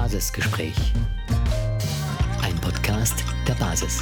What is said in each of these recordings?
Basisgespräch. Ein Podcast der Basis.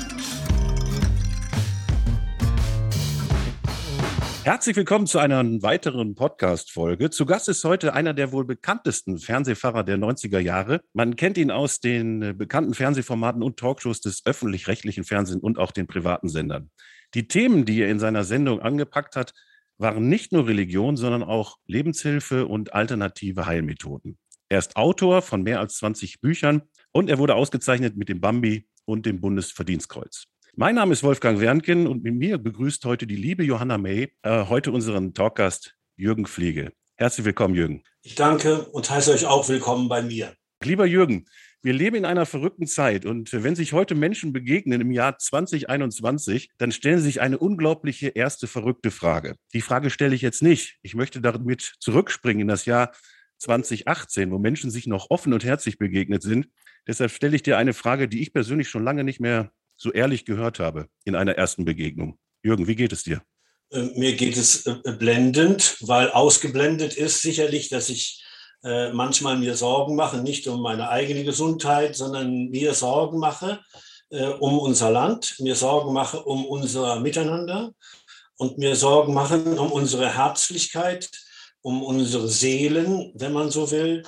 Herzlich willkommen zu einer weiteren Podcast-Folge. Zu Gast ist heute einer der wohl bekanntesten Fernsehpfarrer der 90er Jahre. Man kennt ihn aus den bekannten Fernsehformaten und Talkshows des öffentlich-rechtlichen Fernsehens und auch den privaten Sendern. Die Themen, die er in seiner Sendung angepackt hat, waren nicht nur Religion, sondern auch Lebenshilfe und alternative Heilmethoden. Er ist Autor von mehr als 20 Büchern und er wurde ausgezeichnet mit dem Bambi und dem Bundesverdienstkreuz. Mein Name ist Wolfgang Wernken und mit mir begrüßt heute die liebe Johanna May, heute unseren Talkgast Jürgen Fliege. Herzlich willkommen, Jürgen. Ich danke und heiße euch auch willkommen bei mir. Lieber Jürgen, wir leben in einer verrückten Zeit und wenn sich heute Menschen begegnen im Jahr 2021, dann stellen sie sich eine unglaubliche erste verrückte Frage. Die Frage stelle ich jetzt nicht. Ich möchte damit zurückspringen in das Jahr 2018, wo Menschen sich noch offen und herzlich begegnet sind. Deshalb stelle ich dir eine Frage, die ich persönlich schon lange nicht mehr so ehrlich gehört habe in einer ersten Begegnung. Jürgen, wie geht es dir? Mir geht es blendend, weil ausgeblendet ist sicherlich, dass ich manchmal mir Sorgen mache, nicht um meine eigene Gesundheit, sondern mir Sorgen mache um unser Land, mir Sorgen mache um unser Miteinander und mir Sorgen machen um unsere Herzlichkeit, um unsere Seelen, wenn man so will.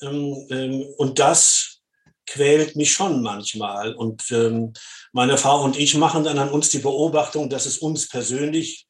Und das quält mich schon manchmal. Und meine Frau und ich machen dann an uns die Beobachtung, dass es uns persönlich,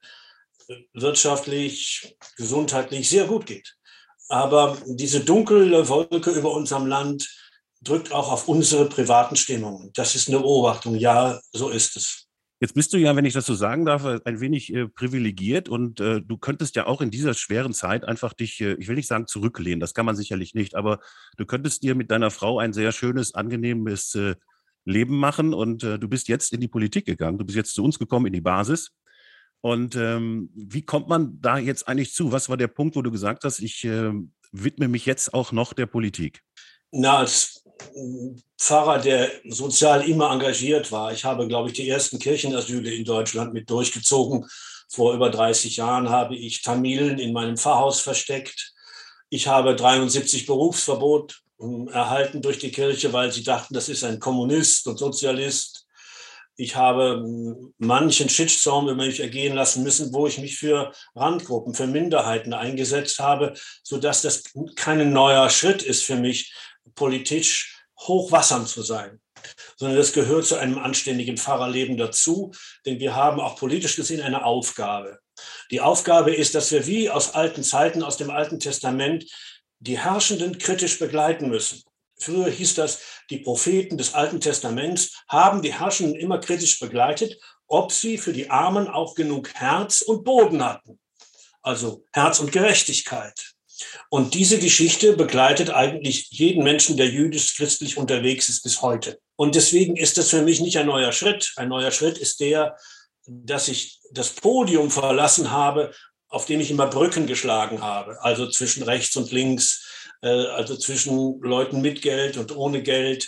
wirtschaftlich, gesundheitlich sehr gut geht. Aber diese dunkle Wolke über unserem Land drückt auch auf unsere privaten Stimmungen. Das ist eine Beobachtung. Ja, so ist es. Jetzt bist du ja, wenn ich das so sagen darf, ein wenig privilegiert und du könntest ja auch in dieser schweren Zeit einfach dich, ich will nicht sagen zurücklehnen, das kann man sicherlich nicht, aber du könntest dir mit deiner Frau ein sehr schönes, angenehmes Leben machen und du bist jetzt in die Politik gegangen, du bist jetzt zu uns gekommen in die Basis. Und wie kommt man da jetzt eigentlich zu? Was war der Punkt, wo du gesagt hast, ich widme mich jetzt auch noch der Politik? Na, als Pfarrer, der sozial immer engagiert war, ich habe, glaube ich, die ersten Kirchenasyle in Deutschland mit durchgezogen. Vor über 30 Jahren habe ich Tamilen in meinem Pfarrhaus versteckt. Ich habe 73 Berufsverbot erhalten durch die Kirche, weil sie dachten, das ist ein Kommunist und Sozialist. Ich habe manchen Shitstorm über mich ergehen lassen müssen, wo ich mich für Randgruppen, für Minderheiten eingesetzt habe, sodass das kein neuer Schritt ist für mich, politisch hochwassern zu sein, sondern das gehört zu einem anständigen Pfarrerleben dazu, denn wir haben auch politisch gesehen eine Aufgabe. Die Aufgabe ist, dass wir wie aus alten Zeiten, aus dem Alten Testament, die Herrschenden kritisch begleiten müssen. Früher hieß das, die Propheten des Alten Testaments haben die Herrschenden immer kritisch begleitet, ob sie für die Armen auch genug Herz und Boden hatten. Also Herz und Gerechtigkeit. Und diese Geschichte begleitet eigentlich jeden Menschen, der jüdisch-christlich unterwegs ist, bis heute. Und deswegen ist das für mich nicht ein neuer Schritt. Ein neuer Schritt ist der, dass ich das Podium verlassen habe, auf dem ich immer Brücken geschlagen habe. Also zwischen rechts und links, also zwischen Leuten mit Geld und ohne Geld.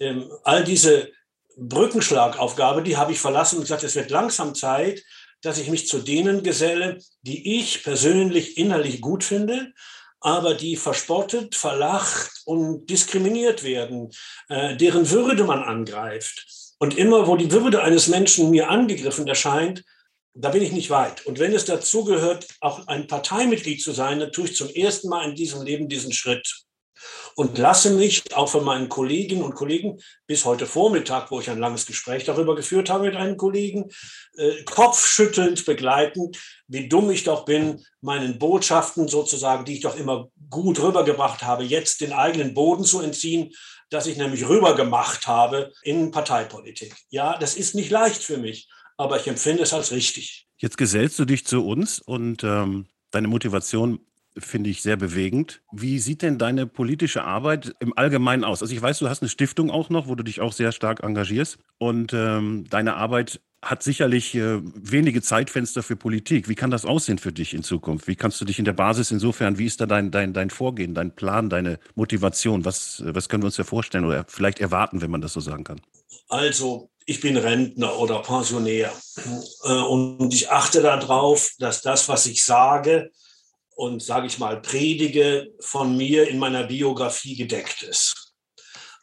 All diese Brückenschlagaufgabe, die habe ich verlassen und gesagt, es wird langsam Zeit, dass ich mich zu denen geselle, die ich persönlich innerlich gut finde, aber die verspottet, verlacht und diskriminiert werden, deren Würde man angreift. Und immer, wo die Würde eines Menschen mir angegriffen erscheint, da bin ich nicht weit. Und wenn es dazu gehört, auch ein Parteimitglied zu sein, dann tue ich zum ersten Mal in diesem Leben diesen Schritt. Und lasse mich auch von meinen Kolleginnen und Kollegen bis heute Vormittag, wo ich ein langes Gespräch darüber geführt habe mit einem Kollegen, kopfschüttelnd begleiten, wie dumm ich doch bin, meinen Botschaften sozusagen, die ich doch immer gut rübergebracht habe, jetzt den eigenen Boden zu entziehen, dass ich nämlich rübergemacht habe in Parteipolitik. Ja, das ist nicht leicht für mich, aber ich empfinde es als richtig. Jetzt gesellst du dich zu uns und deine Motivation finde ich sehr bewegend. Wie sieht denn deine politische Arbeit im Allgemeinen aus? Also ich weiß, du hast eine Stiftung auch noch, wo du dich auch sehr stark engagierst. Und deine Arbeit hat sicherlich wenige Zeitfenster für Politik. Wie kann das aussehen für dich in Zukunft? Wie kannst du dich in der Basis insofern, wie ist da dein Vorgehen, dein Plan, deine Motivation? Was können wir uns da vorstellen oder vielleicht erwarten, wenn man das so sagen kann? Also, ich bin Rentner oder Pensionär und ich achte darauf, dass das, was ich sage, und, sage ich mal, predige, von mir in meiner Biografie gedeckt ist.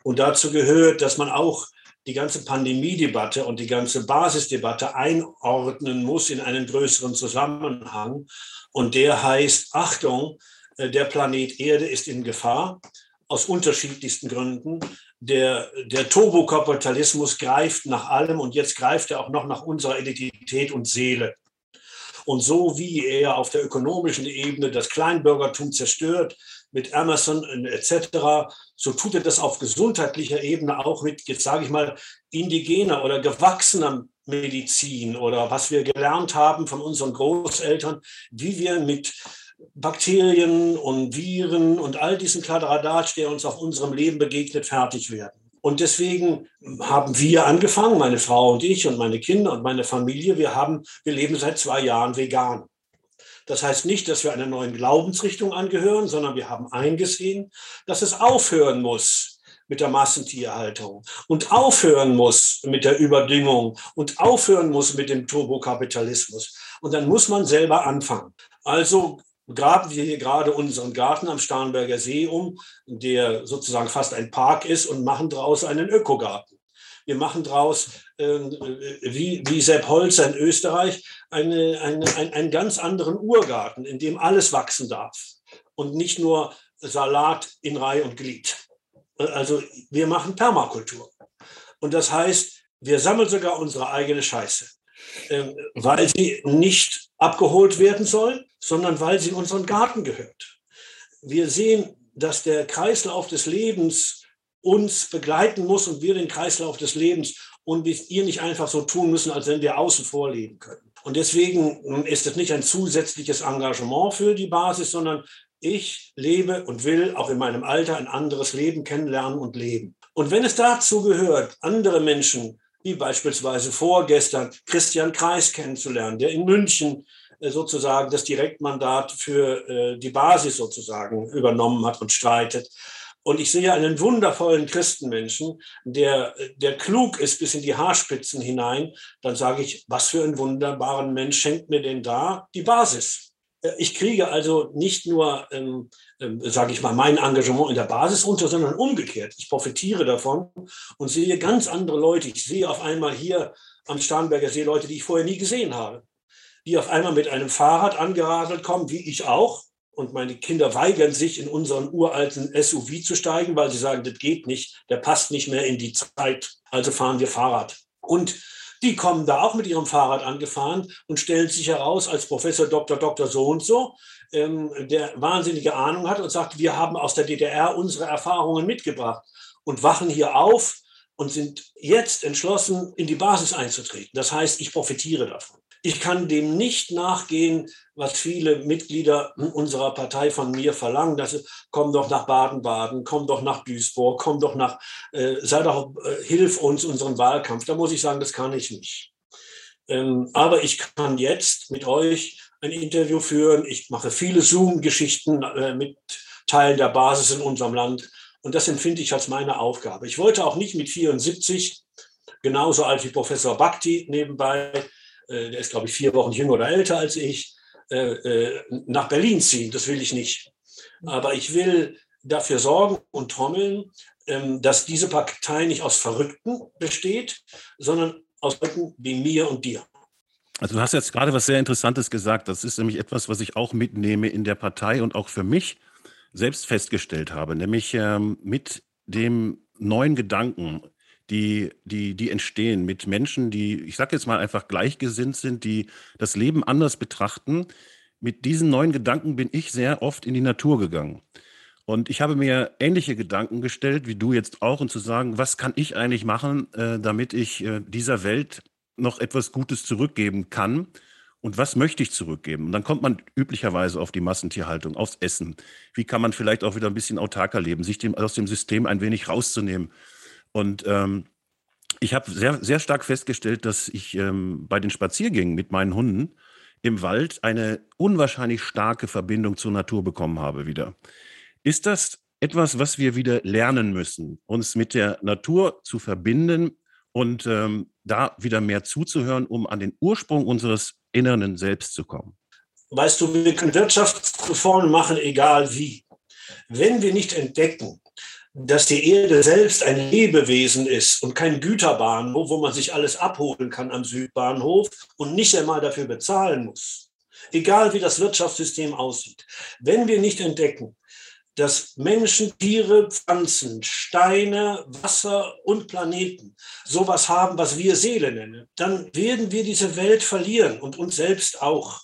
Und dazu gehört, dass man auch die ganze Pandemiedebatte und die ganze Basisdebatte einordnen muss in einen größeren Zusammenhang. Und der heißt, Achtung, der Planet Erde ist in Gefahr, aus unterschiedlichsten Gründen. Der Turbokapitalismus greift nach allem und jetzt greift er auch noch nach unserer Identität und Seele. Und so wie er auf der ökonomischen Ebene das Kleinbürgertum zerstört, mit Amazon etc., so tut er das auf gesundheitlicher Ebene auch mit, jetzt sage ich mal, indigener oder gewachsener Medizin oder was wir gelernt haben von unseren Großeltern, wie wir mit Bakterien und Viren und all diesen Kladderadatsch, der uns auf unserem Leben begegnet, fertig werden. Und deswegen haben wir angefangen, meine Frau und ich und meine Kinder und meine Familie, wir leben seit 2 Jahren vegan. Das heißt nicht, dass wir einer neuen Glaubensrichtung angehören, sondern wir haben eingesehen, dass es aufhören muss mit der Massentierhaltung und aufhören muss mit der Überdüngung und aufhören muss mit dem Turbokapitalismus. Und dann muss man selber anfangen. Also graben wir hier gerade unseren Garten am Starnberger See um, der sozusagen fast ein Park ist, und machen daraus einen Ökogarten. Wir machen daraus, wie Sepp Holzer in Österreich, einen ganz anderen Urgarten, in dem alles wachsen darf und nicht nur Salat in Reihe und Glied. Also wir machen Permakultur. Und das heißt, wir sammeln sogar unsere eigene Scheiße, weil sie nicht abgeholt werden soll, sondern weil sie in unseren Garten gehört. Wir sehen, dass der Kreislauf des Lebens uns begleiten muss und wir den Kreislauf des Lebens und wir nicht einfach so tun müssen, als wenn wir außen vor leben können. Und deswegen ist es nicht ein zusätzliches Engagement für die Basis, sondern ich lebe und will auch in meinem Alter ein anderes Leben kennenlernen und leben. Und wenn es dazu gehört, andere Menschen, wie beispielsweise vorgestern Christian Kreis kennenzulernen, der in München sozusagen das Direktmandat für die Basis sozusagen übernommen hat und streitet. Und ich sehe einen wundervollen Christenmenschen, der klug ist bis in die Haarspitzen hinein. Dann sage ich, was für einen wunderbaren Mensch schenkt mir denn da die Basis? Ich kriege also nicht nur, sage ich mal, mein Engagement in der Basis runter, sondern umgekehrt. Ich profitiere davon und sehe ganz andere Leute. Ich sehe auf einmal hier am Starnberger See Leute, die ich vorher nie gesehen habe, die auf einmal mit einem Fahrrad angeradelt kommen, wie ich auch. Und meine Kinder weigern sich, in unseren uralten SUV zu steigen, weil sie sagen, das geht nicht, der passt nicht mehr in die Zeit. Also fahren wir Fahrrad. Und die kommen da auch mit ihrem Fahrrad angefahren und stellen sich heraus als Professor Dr. so und so, der wahnsinnige Ahnung hat und sagt, wir haben aus der DDR unsere Erfahrungen mitgebracht und wachen hier auf und sind jetzt entschlossen, in die Basis einzutreten. Das heißt, ich profitiere davon. Ich kann dem nicht nachgehen, was viele Mitglieder unserer Partei von mir verlangen, dass sie, komm doch nach Baden-Baden, komm doch nach Duisburg, komm doch nach, hilf uns unseren Wahlkampf. Da muss ich sagen, das kann ich nicht. Aber ich kann jetzt mit euch ein Interview führen. Ich mache viele Zoom-Geschichten mit Teilen der Basis in unserem Land. Und das empfinde ich als meine Aufgabe. Ich wollte auch nicht mit 74, genauso alt wie Professor Bhakti nebenbei, der ist, glaube ich, 4 Wochen jünger oder älter als ich, nach Berlin ziehen. Das will ich nicht. Aber ich will dafür sorgen und trommeln, dass diese Partei nicht aus Verrückten besteht, sondern aus Leuten wie mir und dir. Also du hast jetzt gerade was sehr Interessantes gesagt. Das ist nämlich etwas, was ich auch mitnehme in der Partei und auch für mich selbst festgestellt habe, nämlich mit dem neuen Gedanken, die entstehen mit Menschen, die, ich sage jetzt mal einfach gleichgesinnt sind, die das Leben anders betrachten. Mit diesen neuen Gedanken bin ich sehr oft in die Natur gegangen. Und ich habe mir ähnliche Gedanken gestellt, wie du jetzt auch, und zu sagen, was kann ich eigentlich machen, damit ich dieser Welt noch etwas Gutes zurückgeben kann? Und was möchte ich zurückgeben? Und dann kommt man üblicherweise auf die Massentierhaltung, aufs Essen. Wie kann man vielleicht auch wieder ein bisschen autarker leben, sich aus dem System ein wenig rauszunehmen? Und ich habe sehr, sehr stark festgestellt, dass ich bei den Spaziergängen mit meinen Hunden im Wald eine unwahrscheinlich starke Verbindung zur Natur bekommen habe wieder. Ist das etwas, was wir wieder lernen müssen, uns mit der Natur zu verbinden und da wieder mehr zuzuhören, um an den Ursprung unseres inneren Selbst zu kommen? Weißt du, wir können Wirtschaftsreformen machen, egal wie. Wenn wir nicht entdecken, dass die Erde selbst ein Lebewesen ist und kein Güterbahnhof, wo man sich alles abholen kann am Südbahnhof und nicht einmal dafür bezahlen muss, egal wie das Wirtschaftssystem aussieht. Wenn wir nicht entdecken, dass Menschen, Tiere, Pflanzen, Steine, Wasser und Planeten sowas haben, was wir Seele nennen, dann werden wir diese Welt verlieren und uns selbst auch.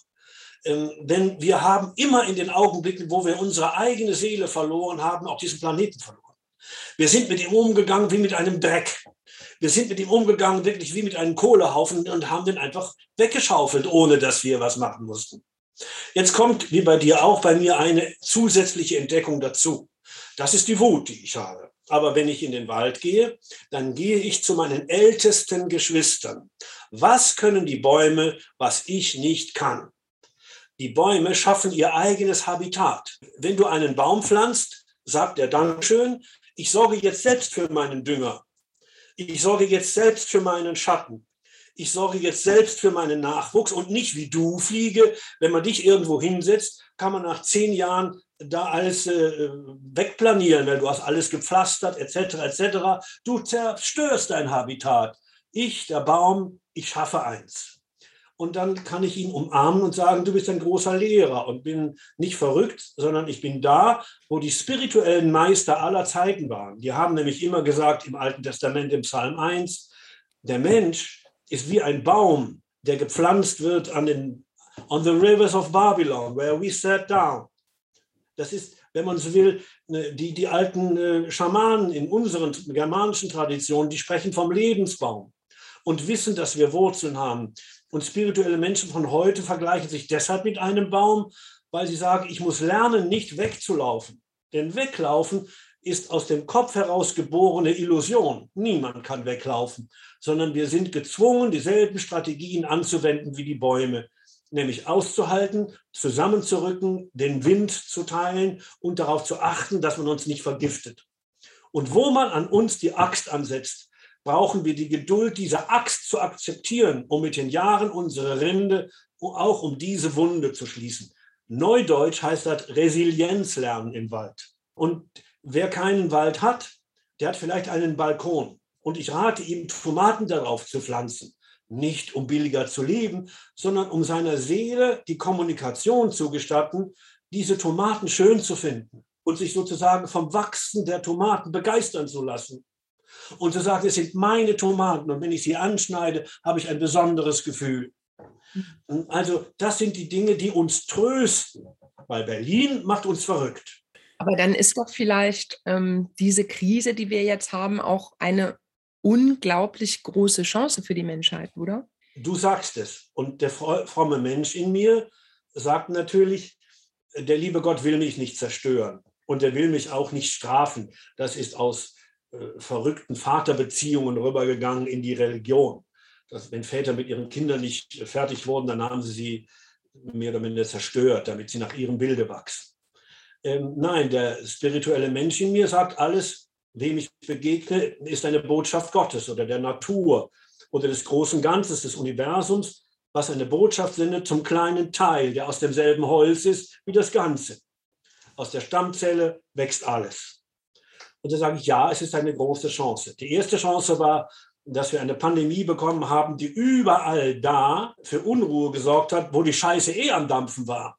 Denn wir haben immer in den Augenblicken, wo wir unsere eigene Seele verloren haben, auch diesen Planeten verloren. Wir sind mit ihm umgegangen wie mit einem Dreck. Wir sind mit ihm umgegangen wirklich wie mit einem Kohlehaufen und haben den einfach weggeschaufelt, ohne dass wir was machen mussten. Jetzt kommt, wie bei dir auch, bei mir eine zusätzliche Entdeckung dazu. Das ist die Wut, die ich habe. Aber wenn ich in den Wald gehe, dann gehe ich zu meinen ältesten Geschwistern. Was können die Bäume, was ich nicht kann? Die Bäume schaffen ihr eigenes Habitat. Wenn du einen Baum pflanzt, sagt er Dankeschön, ich sorge jetzt selbst für meinen Dünger. Ich sorge jetzt selbst für meinen Schatten. Ich sorge jetzt selbst für meinen Nachwuchs und nicht wie du, Fliege. Wenn man dich irgendwo hinsetzt, kann man nach 10 Jahren da alles wegplanieren, weil du hast alles gepflastert, etc., etc. Du zerstörst dein Habitat. Ich, der Baum, ich schaffe eins. Und dann kann ich ihn umarmen und sagen, du bist ein großer Lehrer und bin nicht verrückt, sondern ich bin da, wo die spirituellen Meister aller Zeiten waren. Die haben nämlich immer gesagt im Alten Testament, im Psalm 1, der Mensch ist wie ein Baum, der gepflanzt wird on the rivers of Babylon, where we sat down. Das ist, wenn man so will, die alten Schamanen in unseren germanischen Traditionen, die sprechen vom Lebensbaum und wissen, dass wir Wurzeln haben. Und spirituelle Menschen von heute vergleichen sich deshalb mit einem Baum, weil sie sagen, ich muss lernen, nicht wegzulaufen. Denn weglaufen ist aus dem Kopf heraus geborene Illusion. Niemand kann weglaufen, sondern wir sind gezwungen, dieselben Strategien anzuwenden wie die Bäume, nämlich auszuhalten, zusammenzurücken, den Wind zu teilen und darauf zu achten, dass man uns nicht vergiftet. Und wo man an uns die Axt ansetzt, brauchen wir die Geduld, diese Axt zu akzeptieren, um mit den Jahren unsere Rinde, auch um diese Wunde zu schließen. Neudeutsch heißt das Resilienz lernen im Wald. Und wer keinen Wald hat, der hat vielleicht einen Balkon. Und ich rate ihm, Tomaten darauf zu pflanzen. Nicht um billiger zu leben, sondern um seiner Seele die Kommunikation zu gestatten, diese Tomaten schön zu finden und sich sozusagen vom Wachsen der Tomaten begeistern zu lassen. Und zu sagen, es sind meine Tomaten und wenn ich sie anschneide, habe ich ein besonderes Gefühl. Also das sind die Dinge, die uns trösten, weil Berlin macht uns verrückt. Aber dann ist doch vielleicht diese Krise, die wir jetzt haben, auch eine unglaublich große Chance für die Menschheit, oder? Du sagst es. Und der fromme Mensch in mir sagt natürlich, der liebe Gott will mich nicht zerstören und er will mich auch nicht strafen. Das ist aus verrückten Vaterbeziehungen rübergegangen in die Religion. Dass, wenn Väter mit ihren Kindern nicht fertig wurden, dann haben sie mehr oder minder zerstört, damit sie nach ihrem Bilde wachsen. Nein, der spirituelle Mensch in mir sagt, alles, wem ich begegne, ist eine Botschaft Gottes oder der Natur oder des großen Ganzes des Universums, was eine Botschaft sendet zum kleinen Teil, der aus demselben Holz ist wie das Ganze. Aus der Stammzelle wächst alles. Und da sage ich, ja, es ist eine große Chance. Die erste Chance war, dass wir eine Pandemie bekommen haben, die überall da für Unruhe gesorgt hat, wo die Scheiße am Dampfen war.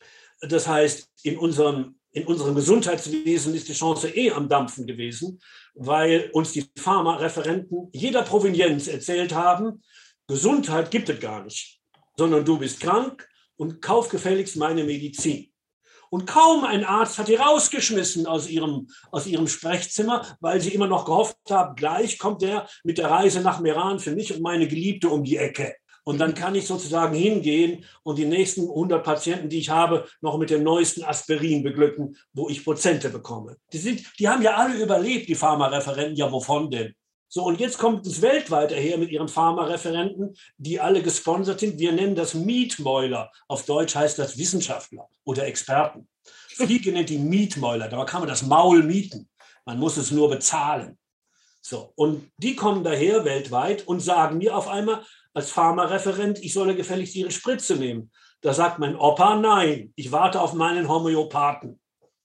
Das heißt, in unserem Gesundheitswesen ist die Chance am Dampfen gewesen, weil uns die Pharmareferenten jeder Provenienz erzählt haben, Gesundheit gibt es gar nicht, sondern du bist krank und kauf gefälligst meine Medizin. Und kaum ein Arzt hat die rausgeschmissen aus ihrem Sprechzimmer, weil sie immer noch gehofft haben, gleich kommt der mit der Reise nach Meran für mich und meine Geliebte um die Ecke. Und dann kann ich sozusagen hingehen und die nächsten 100 Patienten, die ich habe, noch mit dem neuesten Aspirin beglücken, wo ich Prozente bekomme. Die haben ja alle überlebt, die Pharmareferenten. Ja, wovon denn? So, und jetzt kommt es weltweit daher mit ihren Pharmareferenten, die alle gesponsert sind. Wir nennen das Mietmäuler. Auf Deutsch heißt das Wissenschaftler oder Experten. Fliege nennt die Mietmäuler. Da kann man das Maul mieten. Man muss es nur bezahlen. So, und die kommen daher weltweit und sagen mir auf einmal als Pharmareferent, ich solle gefälligst ihre Spritze nehmen. Da sagt mein Opa, nein, ich warte auf meinen Homöopathen.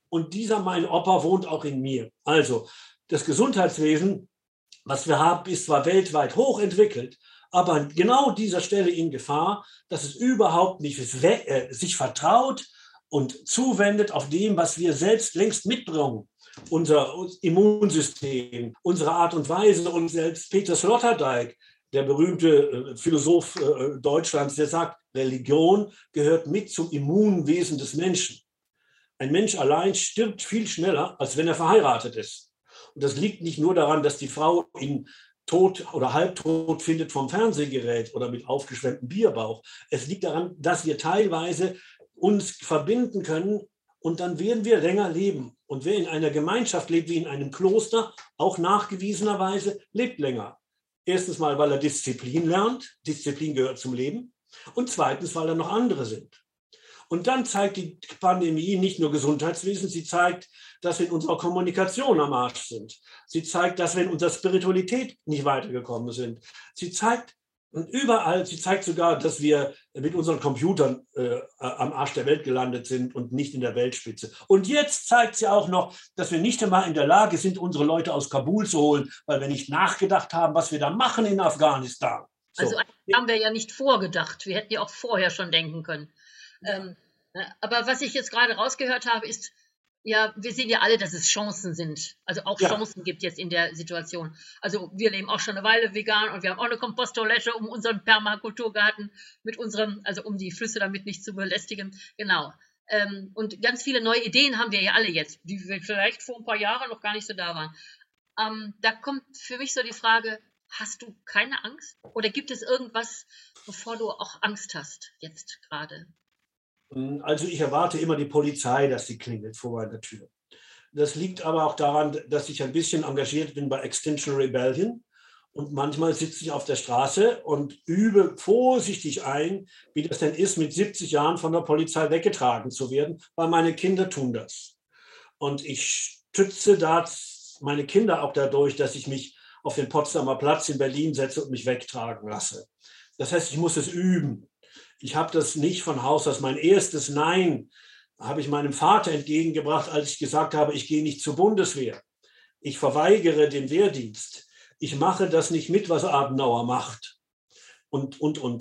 Und dieser mein Opa wohnt auch in mir. Also das Gesundheitswesen, was wir haben, ist zwar weltweit hochentwickelt, aber an genau dieser Stelle in Gefahr, dass es überhaupt nicht sich vertraut und zuwendet auf dem, was wir selbst längst mitbringen. Unser Immunsystem, unsere Art und Weise. Und selbst Peter Sloterdijk, der berühmte Philosoph Deutschlands, der sagt, Religion gehört mit zum Immunwesen des Menschen. Ein Mensch allein stirbt viel schneller, als wenn er verheiratet ist. Und das liegt nicht nur daran, dass die Frau ihn tot oder halbtot findet vom Fernsehgerät oder mit aufgeschwemmtem Bierbauch. Es liegt daran, dass wir teilweise uns verbinden können und dann werden wir länger leben. Und wer in einer Gemeinschaft lebt, wie in einem Kloster, auch nachgewiesenerweise, lebt länger. Erstens mal, weil er Disziplin lernt. Disziplin gehört zum Leben. Und zweitens, weil da noch andere sind. Und dann zeigt die Pandemie nicht nur Gesundheitswesen, sie zeigt, dass wir in unserer Kommunikation am Arsch sind. Sie zeigt, dass wir in unserer Spiritualität nicht weitergekommen sind. Sie zeigt überall, sie zeigt sogar, dass wir mit unseren Computern am Arsch der Welt gelandet sind und nicht in der Weltspitze. Und jetzt zeigt sie auch noch, dass wir nicht einmal in der Lage sind, unsere Leute aus Kabul zu holen, weil wir nicht nachgedacht haben, was wir da machen in Afghanistan. So. Also haben wir ja nicht vorgedacht. Wir hätten ja auch vorher schon denken können. Aber was ich jetzt gerade rausgehört habe, ist, ja, wir sehen ja alle, dass es Chancen sind. Also auch Chancen gibt jetzt in der Situation. Also wir leben auch schon eine Weile vegan und wir haben auch eine Komposttoilette um unseren Permakulturgarten mit unserem, also um die Flüsse damit nicht zu belästigen. Genau. Und ganz viele neue Ideen haben wir ja alle jetzt, die vielleicht vor ein paar Jahren noch gar nicht so da waren. Da kommt für mich so die Frage, hast du keine Angst? Oder gibt es irgendwas, wovor du auch Angst hast jetzt gerade? Also ich erwarte immer die Polizei, dass sie klingelt vor meiner Tür. Das liegt aber auch daran, dass ich ein bisschen engagiert bin bei Extinction Rebellion. Und manchmal sitze ich auf der Straße und übe vorsichtig ein, wie das denn ist, mit 70 Jahren von der Polizei weggetragen zu werden, weil meine Kinder tun das. Und ich stütze da meine Kinder auch dadurch, dass ich mich auf den Potsdamer Platz in Berlin setze und mich wegtragen lasse. Das heißt, ich muss es üben. Ich habe das nicht von Haus aus. Mein erstes Nein habe ich meinem Vater entgegengebracht, als ich gesagt habe, ich gehe nicht zur Bundeswehr. Ich verweigere den Wehrdienst. Ich mache das nicht mit, was Adenauer macht. Und.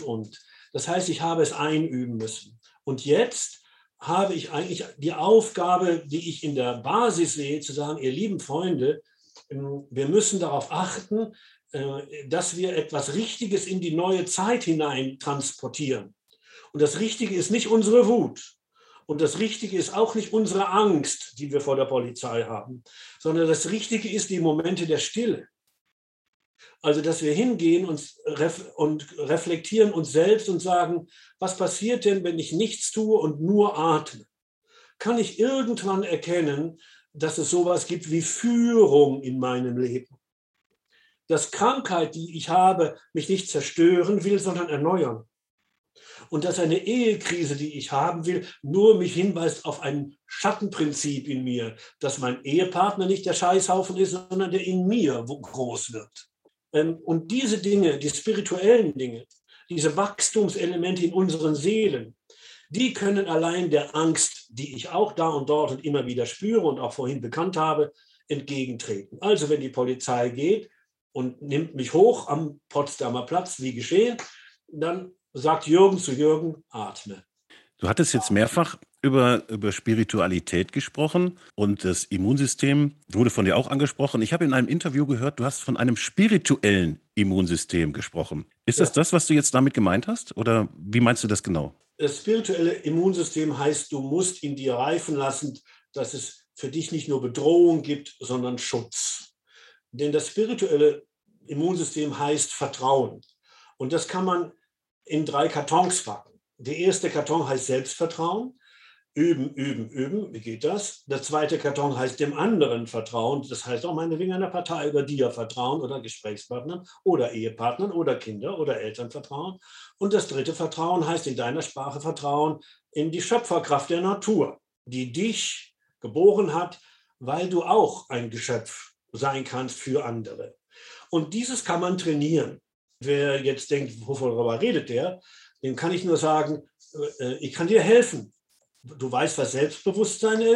Das heißt, ich habe es einüben müssen. Und jetzt habe ich eigentlich die Aufgabe, die ich in der Basis sehe, zu sagen, ihr lieben Freunde, wir müssen darauf achten, dass wir etwas Richtiges in die neue Zeit hinein transportieren. Und das Richtige ist nicht unsere Wut. Und das Richtige ist auch nicht unsere Angst, die wir vor der Polizei haben, sondern das Richtige ist die Momente der Stille. Also, dass wir hingehen und reflektieren uns selbst und sagen, was passiert denn, wenn ich nichts tue und nur atme? Kann ich irgendwann erkennen, dass es sowas gibt wie Führung in meinem Leben? Dass Krankheit, die ich habe, mich nicht zerstören will, sondern erneuern. Und dass eine Ehekrise, die ich haben will, nur mich hinweist auf ein Schattenprinzip in mir, dass mein Ehepartner nicht der Scheißhaufen ist, sondern der in mir groß wird. Und diese Dinge, die spirituellen Dinge, diese Wachstumselemente in unseren Seelen, die können allein der Angst, die ich auch da und dort und immer wieder spüre und auch vorhin bekannt habe, entgegentreten. Also wenn die Polizei geht und nimmt mich hoch am Potsdamer Platz, wie geschehen, dann sagt Jürgen zu Jürgen, atme. Du hattest jetzt mehrfach über Spiritualität gesprochen und das Immunsystem wurde von dir auch angesprochen. Ich habe in einem Interview gehört, du hast von einem spirituellen Immunsystem gesprochen. Ist das, was du jetzt damit gemeint hast? Oder wie meinst du das genau? Das spirituelle Immunsystem heißt, du musst in dir reifen lassen, dass es für dich nicht nur Bedrohung gibt, sondern Schutz. Denn das spirituelle Immunsystem heißt Vertrauen. Und das kann man in 3 Kartons packen. Der erste Karton heißt Selbstvertrauen. Üben, üben, üben. Wie geht das? Der zweite Karton heißt dem anderen Vertrauen. Das heißt auch meinetwegen einer Partei über dir vertrauen oder Gesprächspartnern oder Ehepartnern oder Kinder oder Eltern vertrauen. Und das dritte Vertrauen heißt in deiner Sprache Vertrauen in die Schöpferkraft der Natur, die dich geboren hat, weil du auch ein Geschöpf sein kannst für andere. Und dieses kann man trainieren. Wer jetzt denkt, worüber redet der, dem kann ich nur sagen, ich kann dir helfen. Du weißt, was Selbstbewusstsein ist,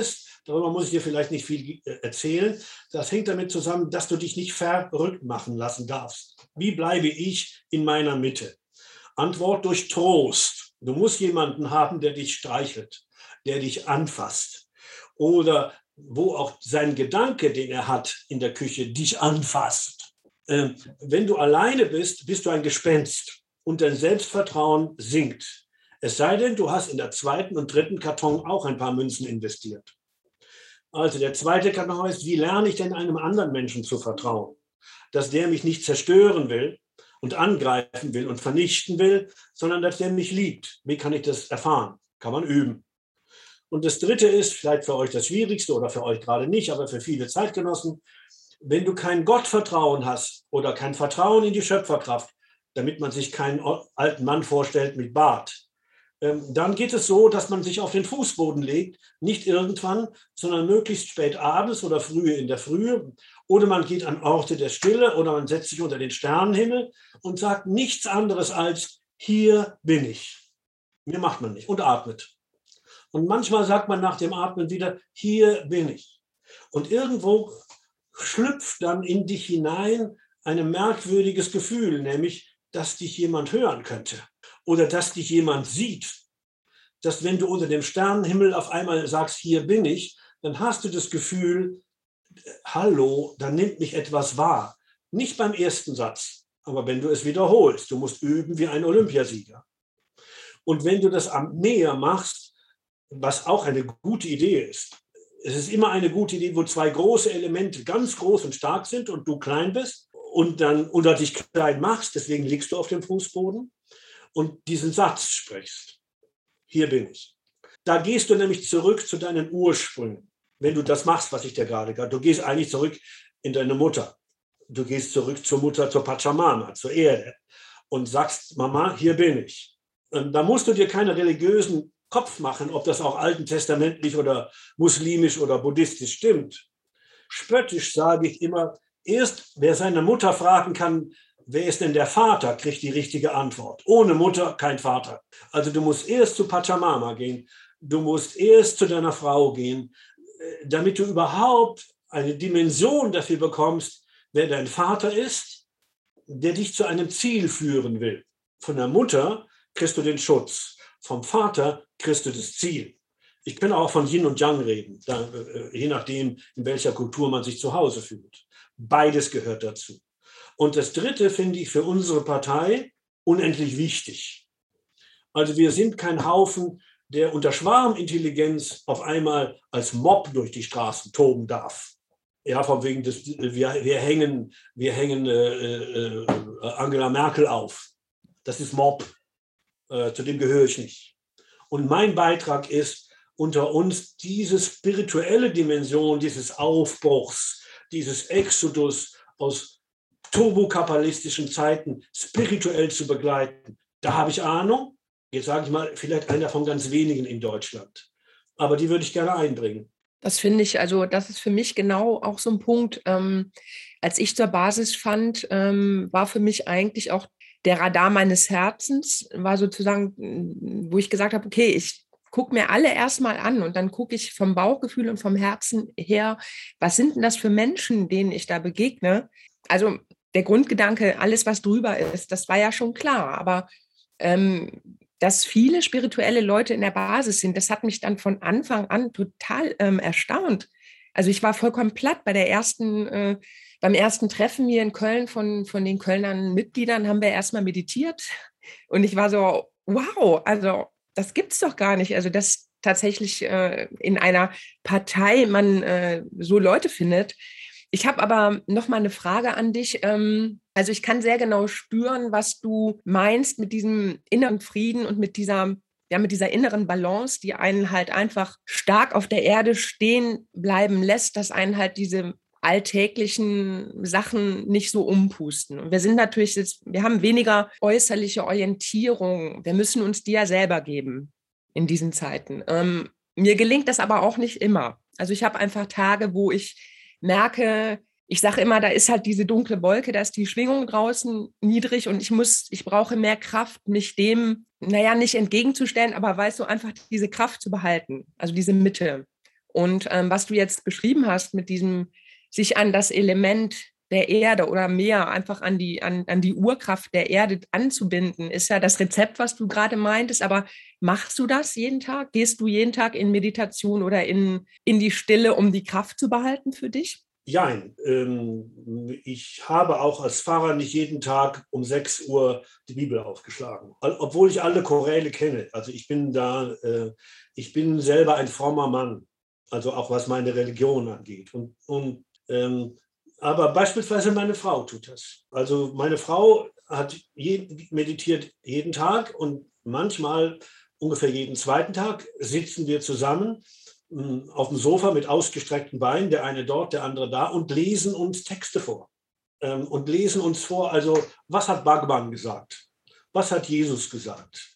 Darüber muss ich dir vielleicht nicht viel erzählen. Das hängt damit zusammen, dass du dich nicht verrückt machen lassen darfst. Wie bleibe ich in meiner Mitte? Antwort durch Trost. Du musst jemanden haben, der dich streichelt, der dich anfasst. Oder wo auch sein Gedanke, den er hat in der Küche, dich anfasst. Wenn du alleine bist, bist du ein Gespenst und dein Selbstvertrauen sinkt. Es sei denn, du hast in der zweiten und dritten Karton auch ein paar Münzen investiert. Also der zweite Karton heißt, wie lerne ich denn einem anderen Menschen zu vertrauen? Dass der mich nicht zerstören will und angreifen will und vernichten will, sondern dass der mich liebt. Wie kann ich das erfahren? Kann man üben. Und das dritte ist, vielleicht für euch das Schwierigste oder für euch gerade nicht, aber für viele Zeitgenossen, wenn du kein Gottvertrauen hast oder kein Vertrauen in die Schöpferkraft, damit man sich keinen alten Mann vorstellt mit Bart, dann geht es so, dass man sich auf den Fußboden legt, nicht irgendwann, sondern möglichst spät abends oder früh in der Frühe. Oder man geht an Orte der Stille oder man setzt sich unter den Sternenhimmel und sagt nichts anderes als, hier bin ich. Mehr macht man nicht und atmet. Und manchmal sagt man nach dem Atmen wieder, hier bin ich. Und irgendwo schlüpft dann in dich hinein ein merkwürdiges Gefühl, nämlich, dass dich jemand hören könnte oder dass dich jemand sieht. Dass wenn du unter dem Sternenhimmel auf einmal sagst, hier bin ich, dann hast du das Gefühl, hallo, da nimmt mich etwas wahr. Nicht beim ersten Satz, aber wenn du es wiederholst. Du musst üben wie ein Olympiasieger. Und wenn du das am Meer machst, was auch eine gute Idee ist, es ist immer eine gute Idee, wo zwei große Elemente ganz groß und stark sind und du klein bist und dann unter dich klein machst, deswegen liegst du auf dem Fußboden und diesen Satz sprichst. Hier bin ich. Da gehst du nämlich zurück zu deinen Ursprüngen. Wenn du das machst, was ich dir gerade gesagt habe, du gehst eigentlich zurück in deine Mutter. Du gehst zurück zur Mutter, zur Pachamama, zur Erde und sagst, Mama, hier bin ich. Und da musst du dir keinen religiösen Kopf machen, ob das auch alttestamentlich oder muslimisch oder buddhistisch stimmt. Spöttisch sage ich immer, erst wer seine Mutter fragen kann, wer ist denn der Vater, kriegt die richtige Antwort. Ohne Mutter kein Vater. Also du musst erst zu Pachamama gehen, du musst erst zu deiner Frau gehen, damit du überhaupt eine Dimension dafür bekommst, wer dein Vater ist, der dich zu einem Ziel führen will. Von der Mutter kriegst du den Schutz, vom Vater kriegst du das Ziel. Ich kann auch von Yin und Yang reden, je nachdem, in welcher Kultur man sich zu Hause fühlt. Beides gehört dazu. Und das Dritte finde ich für unsere Partei unendlich wichtig. Also wir sind kein Haufen, der unter Schwarmintelligenz auf einmal als Mob durch die Straßen toben darf. Ja, von wegen des, wir hängen Angela Merkel auf. Das ist Mob. Zu dem gehöre ich nicht. Und mein Beitrag ist, unter uns diese spirituelle Dimension dieses Aufbruchs, dieses Exodus aus turbokapitалistischen Zeiten spirituell zu begleiten. Da habe ich Ahnung. Jetzt sage ich mal, vielleicht einer von ganz wenigen in Deutschland. Aber die würde ich gerne einbringen. Das finde ich, also das ist für mich genau auch so ein Punkt. Als ich zur Basis fand, war für mich eigentlich auch der Radar meines Herzens, war sozusagen, wo ich gesagt habe, okay, ich gucke mir alle erstmal an und dann gucke ich vom Bauchgefühl und vom Herzen her, was sind denn das für Menschen, denen ich da begegne? Also der Grundgedanke, alles, was drüber ist, das war ja schon klar, aber dass viele spirituelle Leute in der Basis sind, das hat mich dann von Anfang an total erstaunt. Also ich war vollkommen platt beim ersten Treffen hier in Köln von den Kölnern Mitgliedern haben wir erstmal meditiert und ich war so, wow, also das gibt's doch gar nicht. Also dass tatsächlich in einer Partei man so Leute findet. Ich habe aber noch mal eine Frage an dich. Also ich kann sehr genau spüren, was du meinst mit diesem inneren Frieden und mit dieser inneren Balance, die einen halt einfach stark auf der Erde stehen bleiben lässt, dass einen halt diese alltäglichen Sachen nicht so umpusten. Und wir sind natürlich wir haben weniger äußerliche Orientierung. Wir müssen uns die ja selber geben in diesen Zeiten. Mir gelingt das aber auch nicht immer. Also ich habe einfach Tage, wo ich merke, ich sage immer, da ist halt diese dunkle Wolke, da ist die Schwingung draußen niedrig und ich brauche mehr Kraft, mich dem, nicht entgegenzustellen, aber weißt du, einfach diese Kraft zu behalten, also diese Mitte. Und was du jetzt beschrieben hast mit diesem sich an das Element der Erde oder mehr einfach an die Urkraft der Erde anzubinden, ist ja das Rezept, was du gerade meintest. Aber machst du das jeden Tag? Gehst du jeden Tag in Meditation oder in die Stille, um die Kraft zu behalten für dich? Nein, ich habe auch als Pfarrer nicht jeden Tag um 6 Uhr die Bibel aufgeschlagen, obwohl ich alle Choräle kenne. Also ich bin selber ein frommer Mann, also auch was meine Religion angeht. Aber beispielsweise meine Frau tut das. Also meine Frau meditiert jeden Tag und manchmal ungefähr jeden zweiten Tag sitzen wir zusammen auf dem Sofa mit ausgestreckten Beinen, der eine dort, der andere da, und lesen uns Texte vor. Und lesen uns vor, also was hat Bhagwan gesagt? Was hat Jesus gesagt?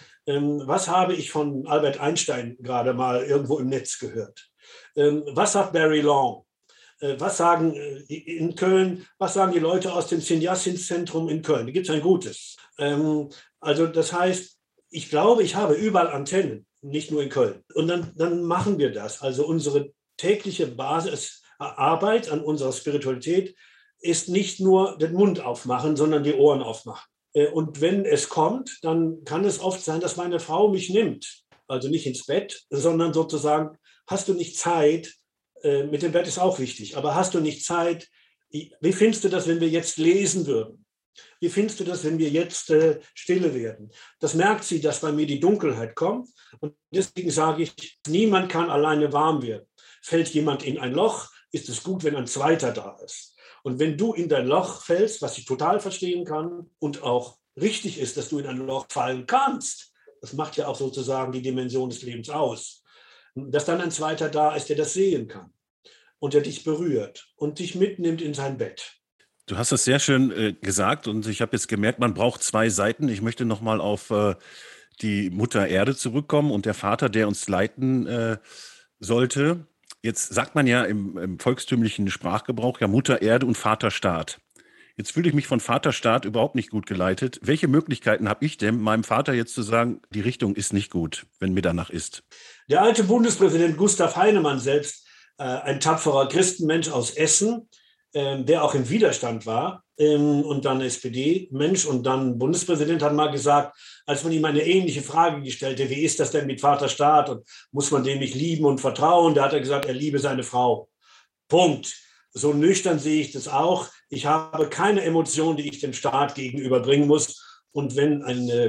Was habe ich von Albert Einstein gerade mal irgendwo im Netz gehört? Was sagt Barry Long? Was sagen in Köln, was sagen die Leute aus dem Sinjasin-Zentrum in Köln? Da gibt es ein gutes. Also das heißt, ich glaube, ich habe überall Antennen, nicht nur in Köln. Und dann machen wir das. Also unsere tägliche Basisarbeit an unserer Spiritualität ist nicht nur den Mund aufmachen, sondern die Ohren aufmachen. Und wenn es kommt, dann kann es oft sein, dass meine Frau mich nimmt. Also nicht ins Bett, sondern sozusagen, hast du nicht Zeit, mit dem Bett ist auch wichtig, aber hast du nicht Zeit, wie findest du das, wenn wir jetzt lesen würden? Wie findest du das, wenn wir jetzt stille werden? Das merkt sie, dass bei mir die Dunkelheit kommt. Und deswegen sage ich, niemand kann alleine warm werden. Fällt jemand in ein Loch, ist es gut, wenn ein zweiter da ist. Und wenn du in dein Loch fällst, was ich total verstehen kann und auch richtig ist, dass du in ein Loch fallen kannst, das macht ja auch sozusagen die Dimension des Lebens aus, dass dann ein zweiter da ist, der das sehen kann und der dich berührt und dich mitnimmt in sein Bett. Du hast das sehr schön gesagt und ich habe jetzt gemerkt, man braucht zwei Seiten. Ich möchte nochmal auf die Mutter Erde zurückkommen und der Vater, der uns leiten sollte. Jetzt sagt man ja im volkstümlichen Sprachgebrauch ja Mutter Erde und Vater Staat. Jetzt fühle ich mich von Vater Staat überhaupt nicht gut geleitet. Welche Möglichkeiten habe ich denn, meinem Vater jetzt zu sagen, die Richtung ist nicht gut, wenn mir danach ist? Der alte Bundespräsident Gustav Heinemann, selbst ein tapferer Christenmensch aus Essen, der auch im Widerstand war und dann SPD-Mensch und dann Bundespräsident, hat mal gesagt, als man ihm eine ähnliche Frage gestellt hat, wie ist das denn mit Vater Staat und muss man dem nicht lieben und vertrauen, da hat er gesagt, er liebe seine Frau. Punkt. So nüchtern sehe ich das auch. Ich habe keine Emotion, die ich dem Staat gegenüberbringen muss. Und wenn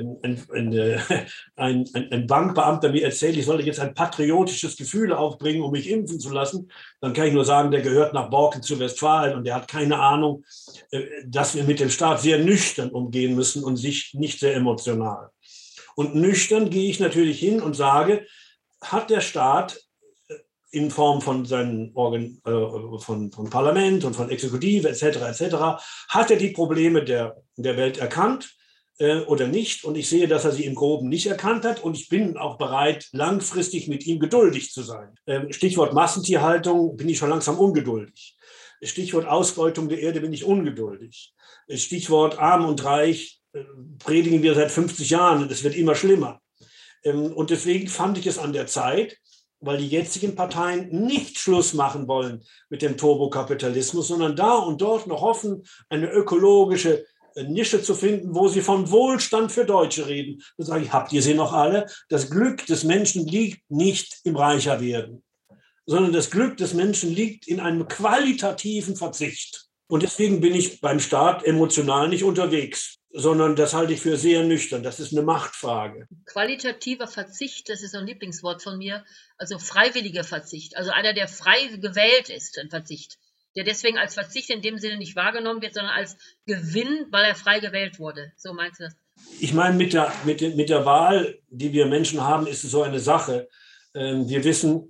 ein Bankbeamter mir erzählt, ich solle jetzt ein patriotisches Gefühl aufbringen, um mich impfen zu lassen, dann kann ich nur sagen, der gehört nach Borken zu Westfalen und der hat keine Ahnung, dass wir mit dem Staat sehr nüchtern umgehen müssen und sich nicht sehr emotional. Und nüchtern gehe ich natürlich hin und sage, hat der Staat in Form von seinen von Parlament und von Exekutive etc., hat er die Probleme der Welt erkannt oder nicht? Und ich sehe, dass er sie im Groben nicht erkannt hat und ich bin auch bereit, langfristig mit ihm geduldig zu sein. Stichwort Massentierhaltung, bin ich schon langsam ungeduldig. Stichwort Ausbeutung der Erde, bin ich ungeduldig. Stichwort Arm und Reich, predigen wir seit 50 Jahren und es wird immer schlimmer. Und deswegen fand ich es an der Zeit, weil die jetzigen Parteien nicht Schluss machen wollen mit dem Turbokapitalismus, sondern da und dort noch hoffen, eine ökologische Nische zu finden, wo sie von Wohlstand für Deutsche reden. Da sage ich, habt ihr sie noch alle? Das Glück des Menschen liegt nicht im Reicherwerden, sondern das Glück des Menschen liegt in einem qualitativen Verzicht. Und deswegen bin ich beim Staat emotional nicht unterwegs, sondern das halte ich für sehr nüchtern. Das ist eine Machtfrage. Qualitativer Verzicht, das ist so ein Lieblingswort von mir, also freiwilliger Verzicht, also einer, der frei gewählt ist, ein Verzicht, der deswegen als Verzicht in dem Sinne nicht wahrgenommen wird, sondern als Gewinn, weil er frei gewählt wurde. So meinst du das? Ich meine, mit der Wahl, die wir Menschen haben, ist es so eine Sache. Wir wissen,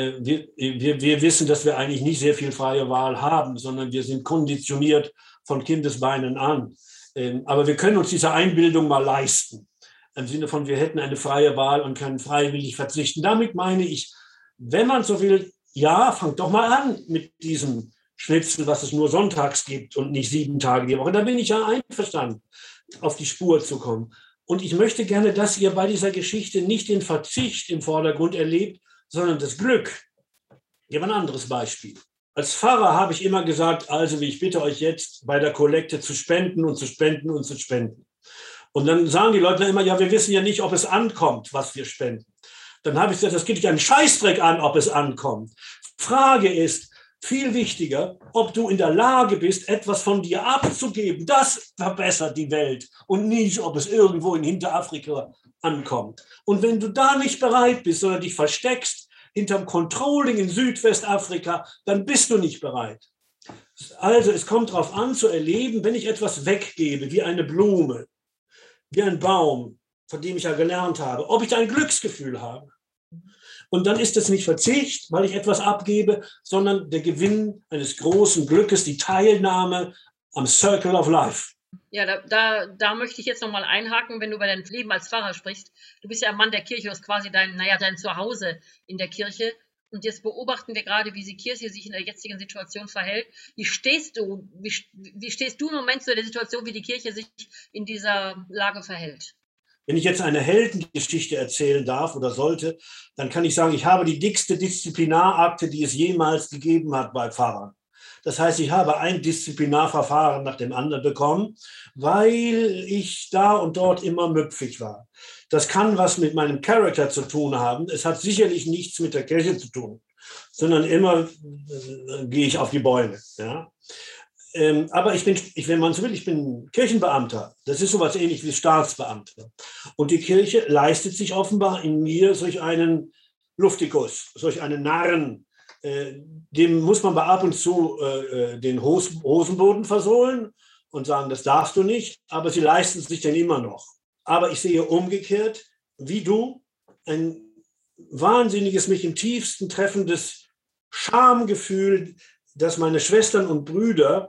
dass wir eigentlich nicht sehr viel freie Wahl haben, sondern wir sind konditioniert von Kindesbeinen an. Aber wir können uns diese Einbildung mal leisten. Im Sinne von, wir hätten eine freie Wahl und können freiwillig verzichten. Damit meine ich, wenn man so will, ja, fangt doch mal an mit diesem Schnitzel, was es nur sonntags gibt und nicht 7 Tage die Woche. Da bin ich ja einverstanden, auf die Spur zu kommen. Und ich möchte gerne, dass ihr bei dieser Geschichte nicht den Verzicht im Vordergrund erlebt, sondern das Glück. gebe ein anderes Beispiel. Als Pfarrer habe ich immer gesagt, also ich bitte euch jetzt bei der Kollekte zu spenden und zu spenden und zu spenden. Und dann sagen die Leute immer, ja, wir wissen ja nicht, ob es ankommt, was wir spenden. Dann habe ich gesagt, das geht dich einen Scheißdreck an, ob es ankommt. Frage ist, viel wichtiger, ob du in der Lage bist, etwas von dir abzugeben. Das verbessert die Welt und nicht, ob es irgendwo in Hinterafrika ankommt. Und wenn du da nicht bereit bist, sondern dich versteckst hinterm Controlling in Südwestafrika, dann bist du nicht bereit. Also es kommt darauf an zu erleben, wenn ich etwas weggebe, wie eine Blume, wie ein Baum, von dem ich ja gelernt habe, ob ich da ein Glücksgefühl habe. Und dann ist es nicht Verzicht, weil ich etwas abgebe, sondern der Gewinn eines großen Glückes, die Teilnahme am Circle of Life. Ja, da möchte ich jetzt nochmal einhaken, wenn du über dein Leben als Pfarrer sprichst. Du bist ja ein Mann der Kirche, du hast quasi dein Zuhause in der Kirche. Und jetzt beobachten wir gerade, wie die Kirche sich in der jetzigen Situation verhält. Wie stehst du im Moment zu der Situation, wie die Kirche sich in dieser Lage verhält? Wenn ich jetzt eine Heldengeschichte erzählen darf oder sollte, dann kann ich sagen, ich habe die dickste Disziplinarakte, die es jemals gegeben hat bei Pfarrern. Das heißt, ich habe ein Disziplinarverfahren nach dem anderen bekommen, weil ich da und dort immer müpfig war. Das kann was mit meinem Charakter zu tun haben. Es hat sicherlich nichts mit der Kirche zu tun, sondern immer gehe ich auf die Bäume. Ja? Aber wenn man so will, ich bin Kirchenbeamter. Das ist sowas ähnlich wie Staatsbeamter. Und die Kirche leistet sich offenbar in mir solch einen Luftikus, solch einen Narren. Dem muss man ab und zu den Hosenboden versohlen und sagen, das darfst du nicht, aber sie leisten es sich dann immer noch. Aber ich sehe umgekehrt, wie du, ein wahnsinniges, mich im tiefsten treffendes Schamgefühl, dass meine Schwestern und Brüder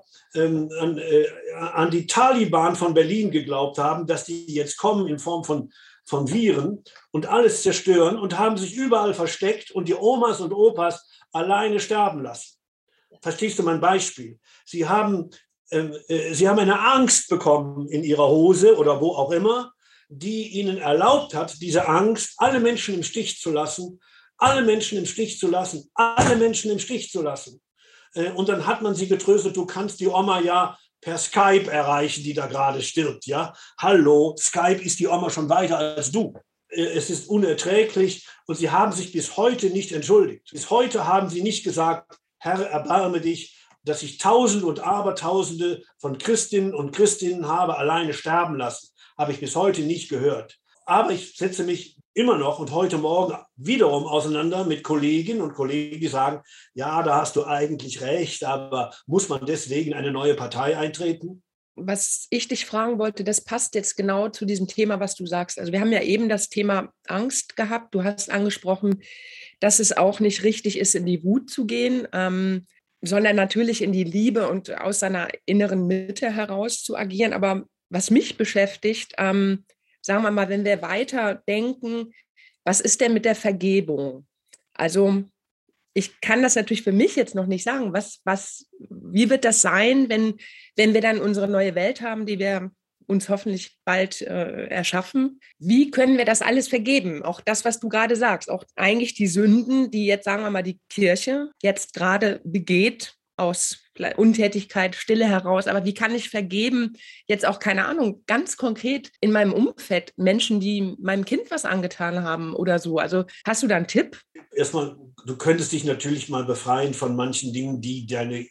an die Taliban von Berlin geglaubt haben, dass die jetzt kommen in Form von Viren und alles zerstören und haben sich überall versteckt und die Omas und Opas alleine sterben lassen. Verstehst du mein Beispiel? Sie haben eine Angst bekommen in ihrer Hose oder wo auch immer, die ihnen erlaubt hat, diese Angst, alle Menschen im Stich zu lassen, alle Menschen im Stich zu lassen, alle Menschen im Stich zu lassen. Und dann hat man sie getröstet, du kannst die Oma ja per Skype erreichen, die da gerade stirbt. Ja? Hallo, Skype ist die Oma schon weiter als du. Es ist unerträglich und sie haben sich bis heute nicht entschuldigt. Bis heute haben sie nicht gesagt, Herr, erbarme dich, dass ich Tausende und Abertausende von Christinnen und Christinnen habe alleine sterben lassen. Habe ich bis heute nicht gehört. Aber ich setze mich immer noch und heute Morgen wiederum auseinander mit Kolleginnen und Kollegen, die sagen, ja, da hast du eigentlich recht, aber muss man deswegen eine neue Partei eintreten? Was ich dich fragen wollte, das passt jetzt genau zu diesem Thema, was du sagst. Also wir haben ja eben das Thema Angst gehabt. Du hast angesprochen, dass es auch nicht richtig ist, in die Wut zu gehen, sondern natürlich in die Liebe und aus seiner inneren Mitte heraus zu agieren. Aber was mich beschäftigt, sagen wir mal, wenn wir weiter denken, was ist denn mit der Vergebung? Also ich kann das natürlich für mich jetzt noch nicht sagen. Wie wird das sein, wenn wir dann unsere neue Welt haben, die wir uns hoffentlich bald erschaffen? Wie können wir das alles vergeben? Auch das, was du gerade sagst, auch eigentlich die Sünden, die jetzt, sagen wir mal, die Kirche jetzt gerade begeht, aus Untätigkeit, Stille heraus. Aber wie kann ich vergeben, jetzt auch, keine Ahnung, ganz konkret in meinem Umfeld, Menschen, die meinem Kind was angetan haben oder so? Also hast du da einen Tipp? Erstmal, du könntest dich natürlich mal befreien von manchen Dingen, die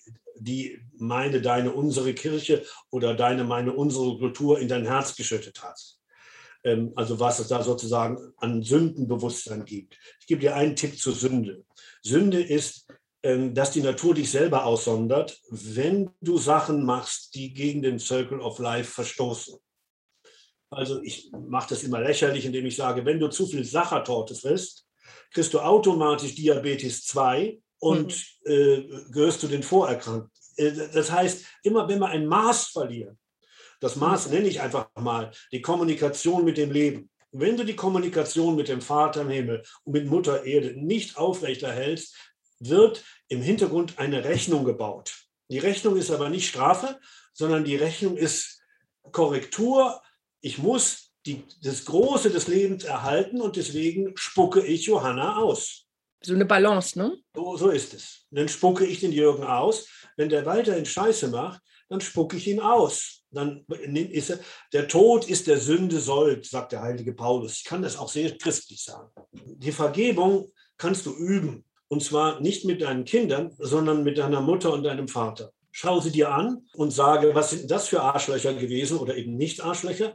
unsere Kirche oder unsere Kultur in dein Herz geschüttet hat. Also was es da sozusagen an Sündenbewusstsein gibt. Ich gebe dir einen Tipp zur Sünde. Sünde ist, dass die Natur dich selber aussondert, wenn du Sachen machst, die gegen den Circle of Life verstoßen. Also ich mache das immer lächerlich, indem ich sage, wenn du zu viel Sachertorte frisst, kriegst du automatisch Diabetes 2 und gehörst zu den Vorerkrankten. Das heißt, immer wenn wir ein Maß verlieren, das Maß nenne ich einfach mal die Kommunikation mit dem Leben. Wenn du die Kommunikation mit dem Vater im Himmel und mit Mutter Erde nicht aufrechterhältst, wird im Hintergrund eine Rechnung gebaut. Die Rechnung ist aber nicht Strafe, sondern die Rechnung ist Korrektur. Ich muss das Große des Lebens erhalten und deswegen spucke ich Johanna aus. So eine Balance, ne? So ist es. Dann spucke ich den Jürgen aus. Wenn der weiterhin Scheiße macht, dann spucke ich ihn aus. Dann ist er, der Tod ist der Sünde Sold, sagt der heilige Paulus. Ich kann das auch sehr christlich sagen. Die Vergebung kannst du üben. Und zwar nicht mit deinen Kindern, sondern mit deiner Mutter und deinem Vater. Schau sie dir an und sage, was sind das für Arschlöcher gewesen oder eben nicht Arschlöcher,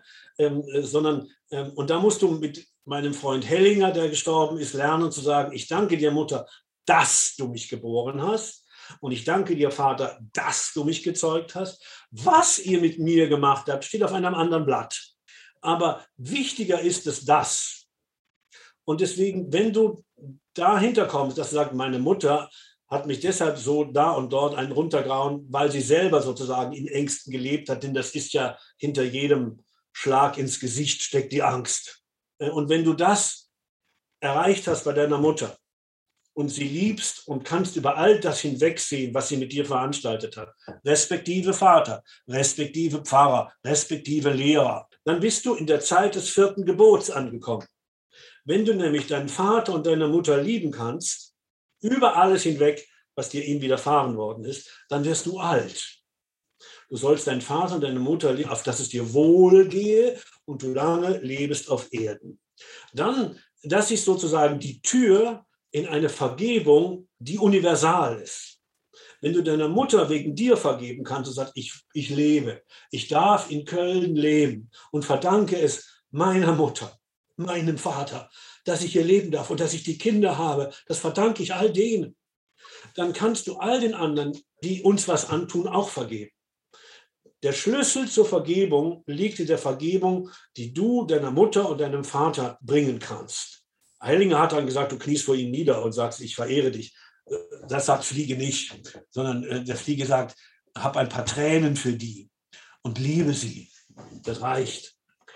und da musst du mit meinem Freund Hellinger, der gestorben ist, lernen zu sagen, ich danke dir, Mutter, dass du mich geboren hast. Und ich danke dir, Vater, dass du mich gezeugt hast. Was ihr mit mir gemacht habt, steht auf einem anderen Blatt. Aber wichtiger ist es das. Und deswegen, wenn du dahinter kommst, dass du sagst, meine Mutter hat mich deshalb so da und dort einen runtergehauen, weil sie selber sozusagen in Ängsten gelebt hat, denn das ist ja hinter jedem Schlag ins Gesicht steckt die Angst. Und wenn du das erreicht hast bei deiner Mutter und sie liebst und kannst über all das hinwegsehen, was sie mit dir veranstaltet hat, respektive Vater, respektive Pfarrer, respektive Lehrer, dann bist du in der Zeit des 4. Gebots angekommen. Wenn du nämlich deinen Vater und deine Mutter lieben kannst, über alles hinweg, was dir ihnen widerfahren worden ist, dann wirst du alt. Du sollst deinen Vater und deine Mutter lieben, auf dass es dir wohl gehe und du lange lebst auf Erden. Dann, das ist sozusagen die Tür in eine Vergebung, die universal ist. Wenn du deiner Mutter wegen dir vergeben kannst und sagst, ich lebe, ich darf in Köln leben und verdanke es meiner Mutter, meinem Vater, dass ich hier leben darf und dass ich die Kinder habe, das verdanke ich all denen. Dann kannst du all den anderen, die uns was antun, auch vergeben. Der Schlüssel zur Vergebung liegt in der Vergebung, die du deiner Mutter und deinem Vater bringen kannst. Hellinger hat dann gesagt, du kniest vor ihnen nieder und sagst, ich verehre dich. Das sagt Fliege nicht, sondern der Fliege sagt, hab ein paar Tränen für die und liebe sie. Das reicht.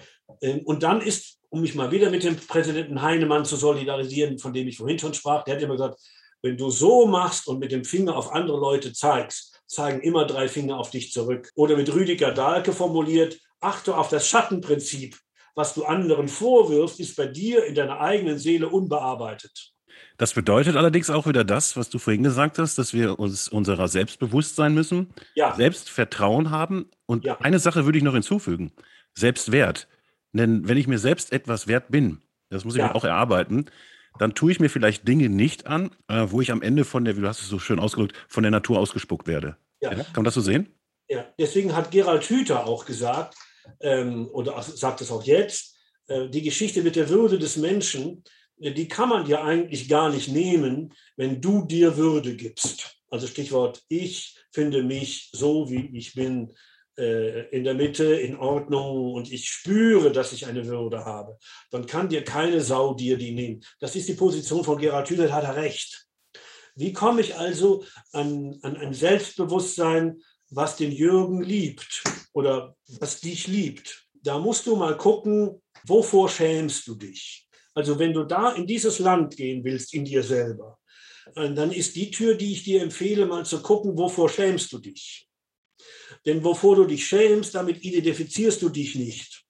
Und dann ist, um mich mal wieder mit dem Präsidenten Heinemann zu solidarisieren, von dem ich vorhin schon sprach, der hat immer gesagt, wenn du so machst und mit dem Finger auf andere Leute zeigst, zeigen immer 3 Finger auf dich zurück. Oder mit Rüdiger Dahlke formuliert, achte auf das Schattenprinzip. Was du anderen vorwirfst, ist bei dir in deiner eigenen Seele unbearbeitet. Das bedeutet allerdings auch wieder das, was du vorhin gesagt hast, dass wir uns unserer selbst bewusst sein müssen, Ja. Selbstvertrauen haben. Und Ja. eine Sache würde ich noch hinzufügen, Selbstwert. Denn wenn ich mir selbst etwas wert bin, das muss ich mir auch erarbeiten, dann tue ich mir vielleicht Dinge nicht an, wo ich am Ende von der, wie du hast es so schön ausgedrückt, von der Natur ausgespuckt werde. Ja. Ja? Kann man das so sehen? Ja, deswegen hat Gerald Hüther auch gesagt, oder sagt es auch jetzt, die Geschichte mit der Würde des Menschen, die kann man dir eigentlich gar nicht nehmen, wenn du dir Würde gibst. Also Stichwort, ich finde mich so, wie ich bin, in der Mitte, in Ordnung und ich spüre, dass ich eine Würde habe. Dann kann dir keine Sau dir die nehmen. Das ist die Position von Gerald Hüther, da hat er recht. Wie komme ich also an ein Selbstbewusstsein, was den Jürgen liebt oder was dich liebt? Da musst du mal gucken, wovor schämst du dich? Also wenn du da in dieses Land gehen willst, in dir selber, dann ist die Tür, die ich dir empfehle, mal zu gucken, wovor schämst du dich? Denn wovor du dich schämst, damit identifizierst du dich nicht.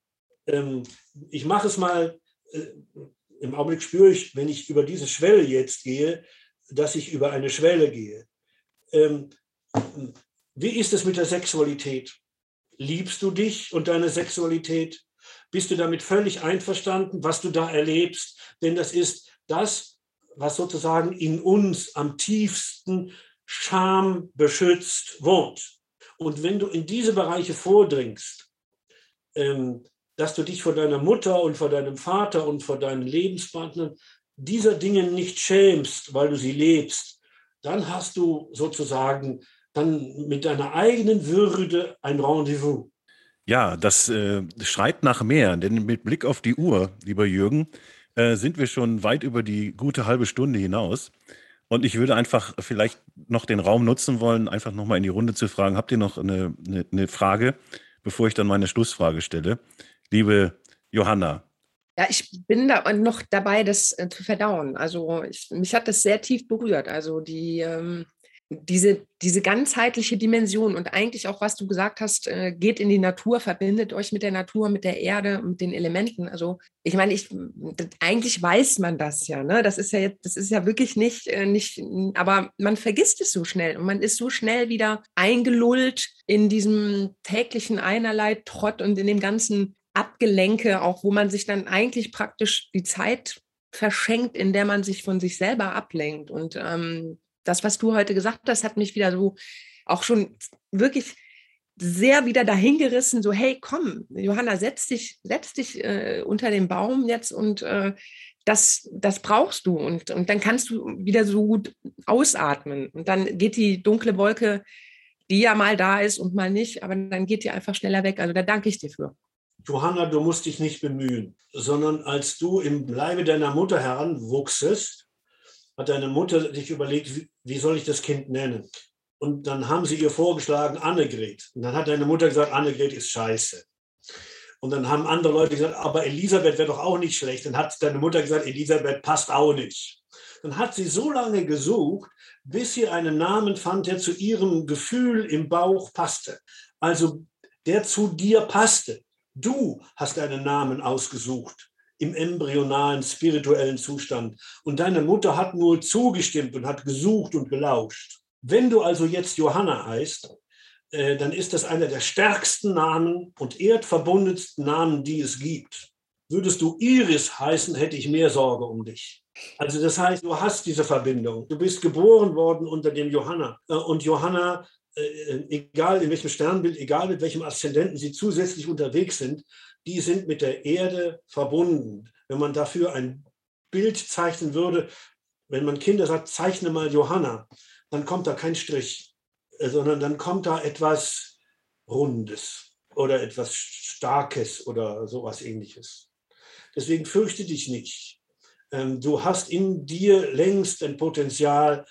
Ich mache es mal, im Augenblick spüre ich, wenn ich über diese Schwelle jetzt gehe, dass ich über eine Schwelle gehe. Wie ist es mit der Sexualität? Liebst du dich und deine Sexualität? Bist du damit völlig einverstanden, was du da erlebst? Denn das ist das, was sozusagen in uns am tiefsten schambeschützt wohnt. Und wenn du in diese Bereiche vordringst, dass du dich vor deiner Mutter und vor deinem Vater und vor deinen Lebenspartnern dieser Dinge nicht schämst, weil du sie lebst, dann hast du sozusagen dann mit deiner eigenen Würde ein Rendezvous. Ja, das schreit nach mehr, denn mit Blick auf die Uhr, lieber Jürgen, sind wir schon weit über die gute halbe Stunde hinaus. Und ich würde einfach vielleicht noch den Raum nutzen wollen, einfach nochmal in die Runde zu fragen, habt ihr noch eine Frage, bevor ich dann meine Schlussfrage stelle? Liebe Johanna. Ja, ich bin da noch dabei, das zu verdauen. Also mich hat das sehr tief berührt. Also diese ganzheitliche Dimension und eigentlich auch, was du gesagt hast, geht in die Natur, verbindet euch mit der Natur, mit der Erde, mit den Elementen. Also ich meine, eigentlich weiß man das ja, ne? Das ist ja wirklich nicht, aber man vergisst es so schnell und man ist so schnell wieder eingelullt in diesem täglichen einerlei Trott und in dem ganzen Abgelenke, auch wo man sich dann eigentlich praktisch die Zeit verschenkt, in der man sich von sich selber ablenkt. Und das, was du heute gesagt hast, hat mich wieder so auch schon wirklich sehr wieder dahin gerissen, so hey, komm, Johanna, setz dich unter den Baum jetzt und das brauchst du und dann kannst du wieder so gut ausatmen und dann geht die dunkle Wolke, die ja mal da ist und mal nicht, aber dann geht die einfach schneller weg. Also da danke ich dir für. Johanna, du musst dich nicht bemühen, sondern als du im Leibe deiner Mutter heranwuchsest, hat deine Mutter sich überlegt, wie soll ich das Kind nennen? Und dann haben sie ihr vorgeschlagen, Annegret. Und dann hat deine Mutter gesagt, Annegret ist scheiße. Und dann haben andere Leute gesagt, aber Elisabeth wäre doch auch nicht schlecht. Dann hat deine Mutter gesagt, Elisabeth passt auch nicht. Dann hat sie so lange gesucht, bis sie einen Namen fand, der zu ihrem Gefühl im Bauch passte. Also der zu dir passte. Du hast deinen Namen ausgesucht im embryonalen, spirituellen Zustand. Und deine Mutter hat nur zugestimmt und hat gesucht und gelauscht. Wenn du also jetzt Johanna heißt, dann ist das einer der stärksten Namen und erdverbundensten Namen, die es gibt. Würdest du Iris heißen, hätte ich mehr Sorge um dich. Also das heißt, du hast diese Verbindung. Du bist geboren worden unter dem Johanna. Und Johanna, egal in welchem Sternbild, egal mit welchem Aszendenten sie zusätzlich unterwegs sind, die sind mit der Erde verbunden. Wenn man dafür ein Bild zeichnen würde, wenn man Kinder sagt, zeichne mal Johanna, dann kommt da kein Strich, sondern dann kommt da etwas Rundes oder etwas Starkes oder sowas Ähnliches. Deswegen fürchte dich nicht. Du hast in dir längst ein Potenzial,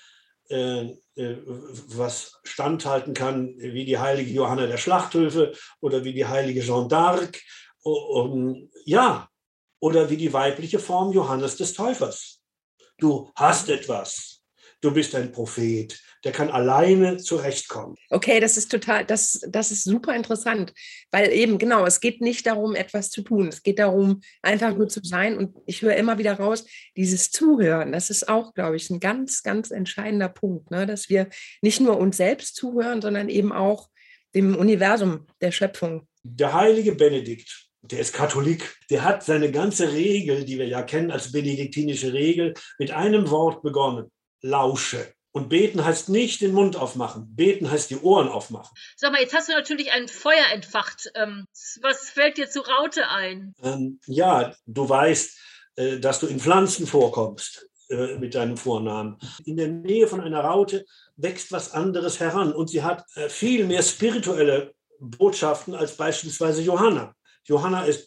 was standhalten kann, wie die heilige Johanna der Schlachthöfe oder wie die heilige Jeanne d'Arc, ja, oder wie die weibliche Form Johannes des Täufers. Du hast etwas. Du bist ein Prophet, der kann alleine zurechtkommen. Okay, das ist super interessant, weil eben genau, es geht nicht darum, etwas zu tun. Es geht darum, einfach nur zu sein. Und ich höre immer wieder raus, dieses Zuhören, das ist auch, glaube ich, ein ganz, ganz entscheidender Punkt, ne? Dass wir nicht nur uns selbst zuhören, sondern eben auch dem Universum, der Schöpfung. Der heilige Benedikt, der ist Katholik, der hat seine ganze Regel, die wir ja kennen als benediktinische Regel, mit einem Wort begonnen: Lausche. Und beten heißt nicht den Mund aufmachen, beten heißt die Ohren aufmachen. Sag mal, jetzt hast du natürlich ein Feuer entfacht. Was fällt dir zu Raute ein? Ja, du weißt, dass du in Pflanzen vorkommst mit deinem Vornamen. In der Nähe von einer Raute wächst was anderes heran und sie hat viel mehr spirituelle Botschaften als beispielsweise Johanna. Johanna ist,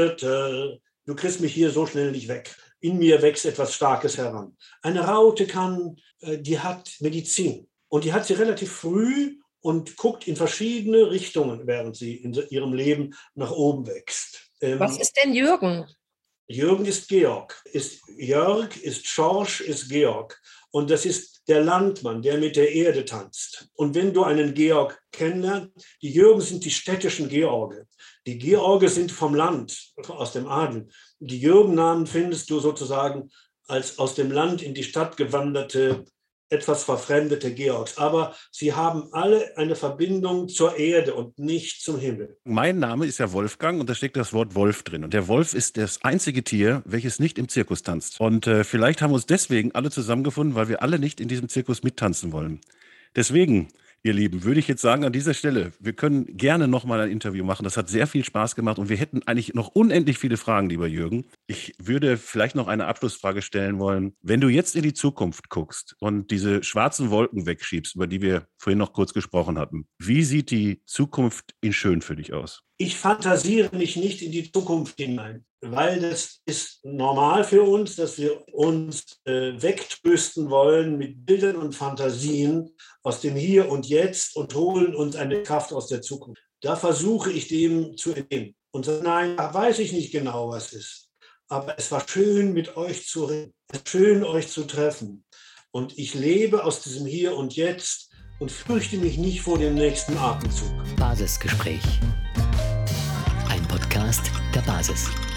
du kriegst mich hier so schnell nicht weg. In mir wächst etwas Starkes heran. Eine Raute die hat Medizin. Und die hat sie relativ früh und guckt in verschiedene Richtungen, während sie in ihrem Leben nach oben wächst. Was ist denn Jürgen? Jürgen ist Georg. Jörg ist Schorsch, ist Georg. Und das ist der Landmann, der mit der Erde tanzt. Und wenn du einen Georg kennenlernst, die Jürgen sind die städtischen George. Die George sind vom Land, aus dem Adel. Die Jürgen-Namen findest du sozusagen als aus dem Land in die Stadt gewanderte, etwas verfremdete Georgs. Aber sie haben alle eine Verbindung zur Erde und nicht zum Himmel. Mein Name ist ja Wolfgang und da steckt das Wort Wolf drin. Und der Wolf ist das einzige Tier, welches nicht im Zirkus tanzt. Und vielleicht haben wir uns deswegen alle zusammengefunden, weil wir alle nicht in diesem Zirkus mittanzen wollen. Deswegen, ihr Lieben, würde ich jetzt sagen, an dieser Stelle, wir können gerne nochmal ein Interview machen. Das hat sehr viel Spaß gemacht und wir hätten eigentlich noch unendlich viele Fragen, lieber Jürgen. Ich würde vielleicht noch eine Abschlussfrage stellen wollen. Wenn du jetzt in die Zukunft guckst und diese schwarzen Wolken wegschiebst, über die wir vorhin noch kurz gesprochen hatten, wie sieht die Zukunft in schön für dich aus? Ich fantasiere mich nicht in die Zukunft hinein, weil das ist normal für uns, dass wir uns wegtrösten wollen mit Bildern und Fantasien aus dem Hier und Jetzt und holen uns eine Kraft aus der Zukunft. Da versuche ich dem zu entgehen und sage, nein, da weiß ich nicht genau, was ist. Aber es war schön, mit euch zu reden, es ist schön, euch zu treffen. und ich lebe aus diesem Hier und Jetzt und fürchte mich nicht vor dem nächsten Atemzug. Basisgespräch. Ein Podcast der Basis.